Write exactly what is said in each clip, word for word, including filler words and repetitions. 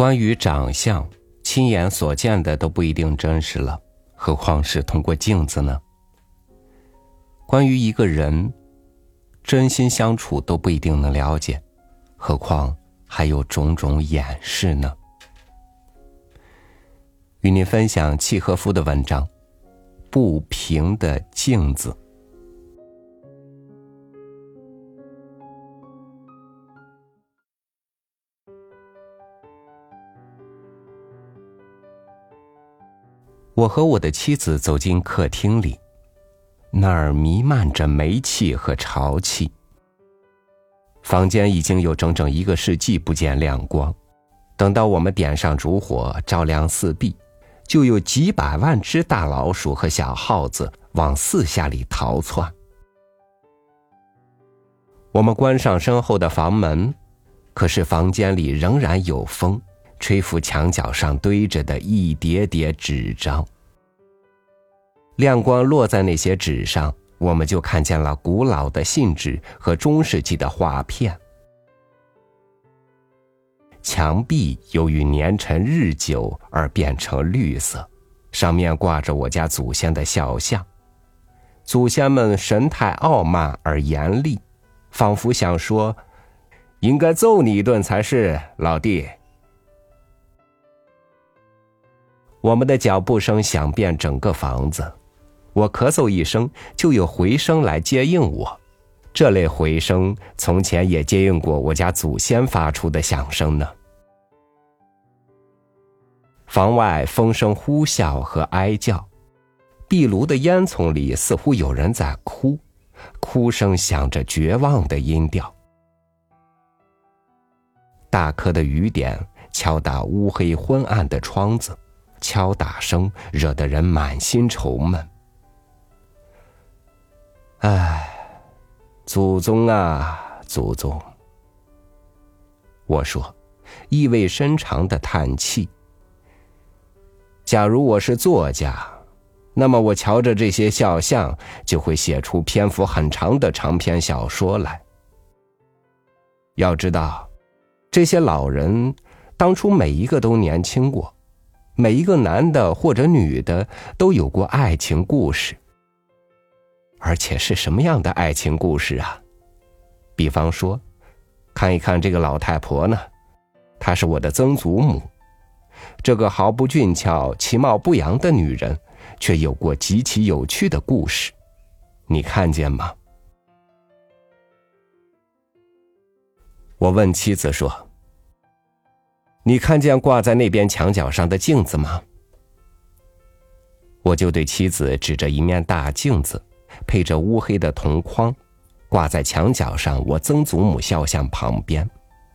关于长相，亲眼所见的都不一定真实了，何况是通过镜子呢？关于一个人，真心相处都不一定能了解，何况还有种种掩饰呢？与您分享契诃夫的文章《不平的镜子》。我和我的妻子走进客厅里，那儿弥漫着煤气和潮气。房间已经有整整一个世纪不见亮光，等到我们点上烛火，照亮四壁，就有几百万只大老鼠和小耗子往四下里逃窜。我们关上身后的房门，可是房间里仍然有风，吹拂墙角上堆着的一叠叠纸张。亮光落在那些纸上，我们就看见了古老的信纸和中世纪的画片。墙壁由于年陈日久而变成绿色，上面挂着我家祖先的肖像。祖先们神态傲慢而严厉，仿佛想说，应该揍你一顿才是，老弟。我们的脚步声响遍整个房子，我咳嗽一声，就有回声来接应我。这类回声从前也接应过我家祖先发出的响声呢。房外风声呼啸和哀叫，壁炉的烟囱里似乎有人在哭，哭声响着绝望的音调。大颗的雨点敲打乌黑昏暗的窗子，敲打声惹得人满心愁闷。唉，祖宗啊，祖宗！我说，意味深长的叹气。假如我是作家，那么我瞧着这些肖像，就会写出篇幅很长的长篇小说来。要知道，这些老人当初每一个都年轻过，每一个男的或者女的都有过爱情故事。而且是什么样的爱情故事啊？比方说，看一看这个老太婆呢，她是我的曾祖母。这个毫不俊俏、其貌不扬的女人，却有过极其有趣的故事，你看见吗？我问妻子说，你看见挂在那边墙角上的镜子吗？我就对妻子指着一面大镜子，配着乌黑的铜框，挂在墙角上我曾祖母肖像旁边。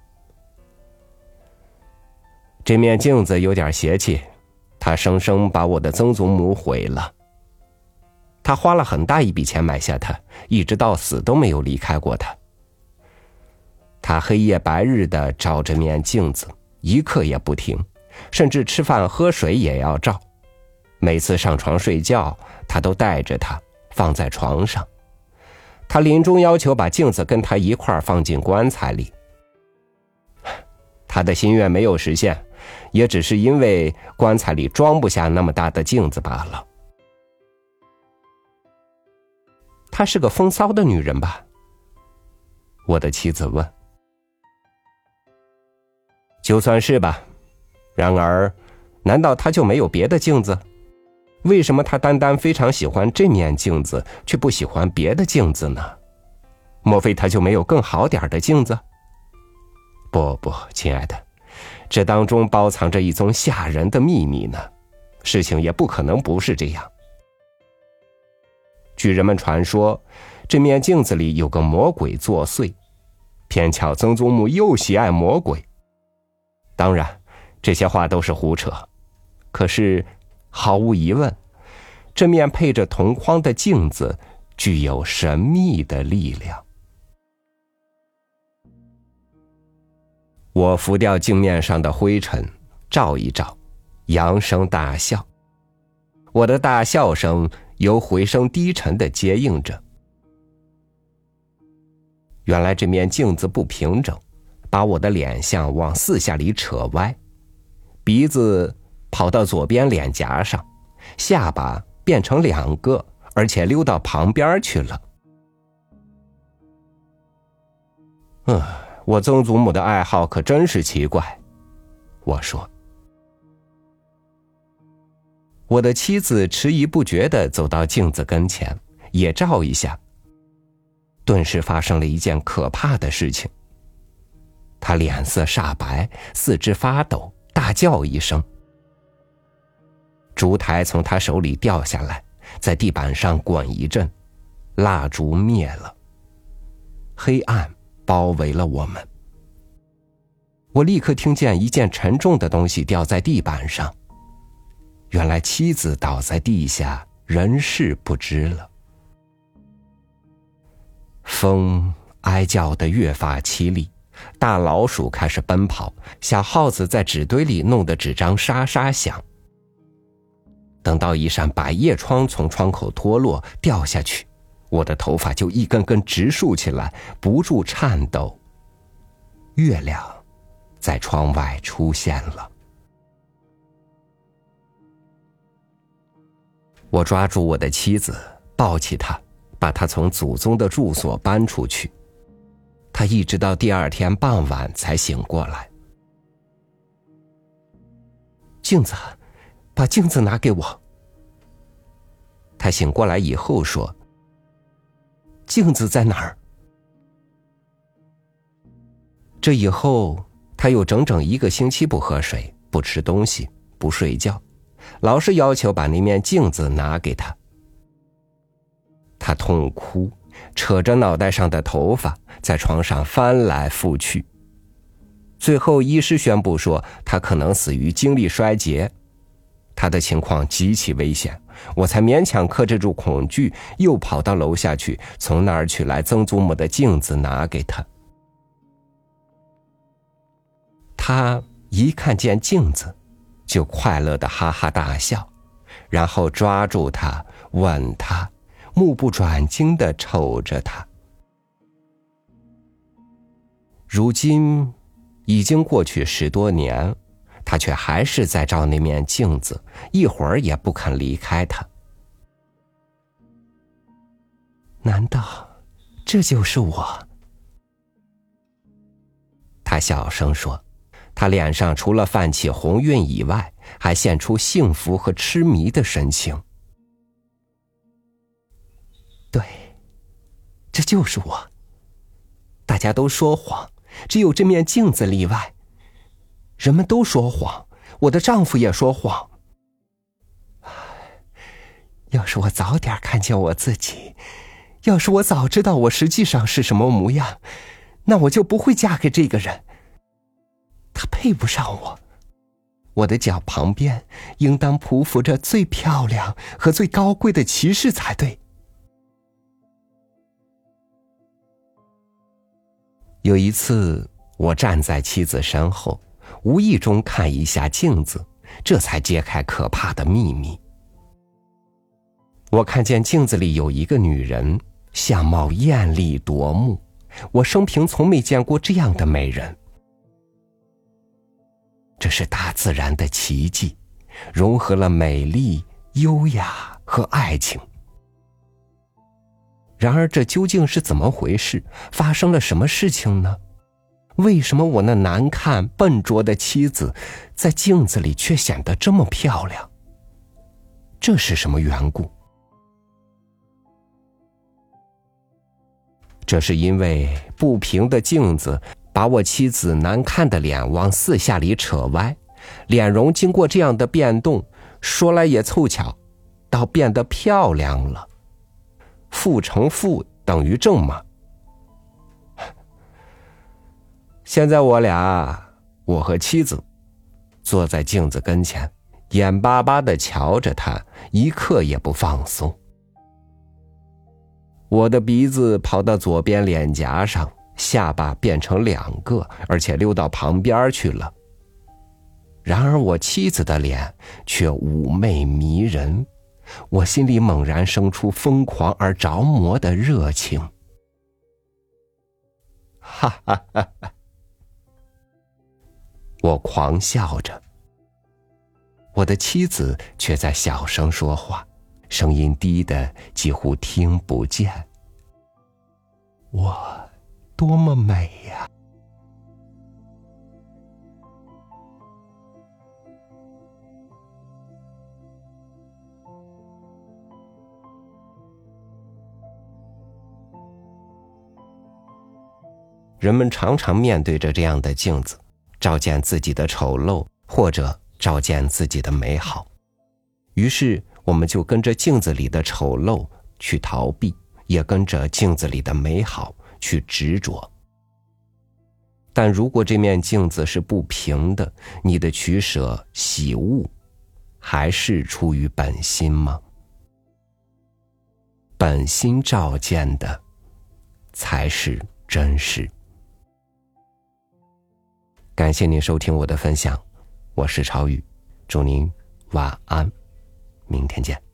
这面镜子有点邪气，它生生把我的曾祖母毁了。他花了很大一笔钱买下它，一直到死都没有离开过它。他黑夜白日地照这面镜子，一刻也不停，甚至吃饭喝水也要照。每次上床睡觉，他都带着它放在床上。他临终要求把镜子跟他一块放进棺材里。他的心愿没有实现，也只是因为棺材里装不下那么大的镜子罢了。她是个风骚的女人吧？我的妻子问。就算是吧，然而，难道她就没有别的镜子？为什么她单单非常喜欢这面镜子，却不喜欢别的镜子呢？莫非她就没有更好点的镜子？不不，亲爱的，这当中包藏着一宗吓人的秘密呢。事情也不可能不是这样。据人们传说，这面镜子里有个魔鬼作祟，偏巧曾祖母又喜爱魔鬼。当然，这些话都是胡扯。可是，毫无疑问，这面配着铜框的镜子具有神秘的力量。我拂掉镜面上的灰尘，照一照，扬声大笑。我的大笑声由回声低沉地接应着。原来这面镜子不平整，把我的脸相往四下里扯歪， 鼻子跑到左边脸颊上，下巴变成两个，而且溜到旁边去了。嗯，我曾祖母的爱好可真是奇怪，我说。我的妻子迟疑不决地走到镜子跟前，也照一下。顿时发生了一件可怕的事情。她脸色煞白，四肢发抖，大叫一声。烛台从她手里掉下来，在地板上滚一阵，蜡烛灭了，黑暗包围了我们。我立刻听见一件沉重的东西掉在地板上，原来妻子倒在地下，人事不知了。风哀叫得越发凄厉，大老鼠开始奔跑，小耗子在纸堆里弄得纸张沙沙响。等到一扇百叶窗从窗口脱落掉下去，我的头发就一根根直竖起来，不住颤抖。月亮在窗外出现了。我抓住我的妻子，抱起她，把她从祖宗的住所搬出去。她一直到第二天傍晚才醒过来。镜子，把镜子拿给我。她醒过来以后说：镜子在哪儿？这以后她有整整一个星期不喝水，不吃东西，不睡觉，老是要求把那面镜子拿给她。她痛哭，扯着脑袋上的头发在床上翻来覆去。最后医师宣布说她可能死于精力衰竭，她的情况极其危险，我才勉强克制住恐惧，又跑到楼下去，从那儿取来曾祖母的镜子拿给她。她一看见镜子就快乐地哈哈大笑，然后抓住她，吻她，目不转睛地瞅着她。如今已经过去十多年，她却还是在照那面镜子，一会儿也不肯离开它。难道这就是我？她小声说，她脸上除了泛起红晕以外，还现出幸福和痴迷的神情。对，这就是我。大家都说谎，只有这面镜子例外。人们都说谎，我的丈夫也说谎。要是我早点看见我自己，要是我早知道我实际上是什么模样，那我就不会嫁给这个人。他配不上我。我的脚旁边应当匍匐着最漂亮和最高贵的骑士才对。有一次，我站在妻子身后，无意中看一下镜子，这才揭开可怕的秘密。我看见镜子里有一个女人，相貌艳丽夺目，我生平从没见过这样的美人。这是大自然的奇迹，融合了美丽、优雅和爱情。然而这究竟是怎么回事？发生了什么事情呢？为什么我那难看笨拙的妻子在镜子里却显得这么漂亮？这是什么缘故？这是因为不平的镜子把我妻子难看的脸往四下里扯歪，脸容经过这样的变动，说来也凑巧，倒变得漂亮了。负乘负等于正嘛。现在我俩，我和妻子坐在镜子跟前，眼巴巴地瞧着她，一刻也不放松。我的鼻子跑到左边脸颊上，下巴变成两个，而且溜到旁边去了。然而我妻子的脸却妩媚迷人，我心里猛然生出疯狂而着魔的热情。哈哈哈哈！我狂笑着， 我的妻子却在小声说话，声音低得几乎听不见。我多么美呀！人们常常面对着这样的镜子，照见自己的丑陋，或者照见自己的美好。于是我们就跟着镜子里的丑陋去逃避，也跟着镜子里的美好去执着。但如果这面镜子是不平的，你的取舍喜恶还是出于本心吗？本心照见的才是真实。感谢您收听我的分享，我是超宇，祝您晚安，明天见。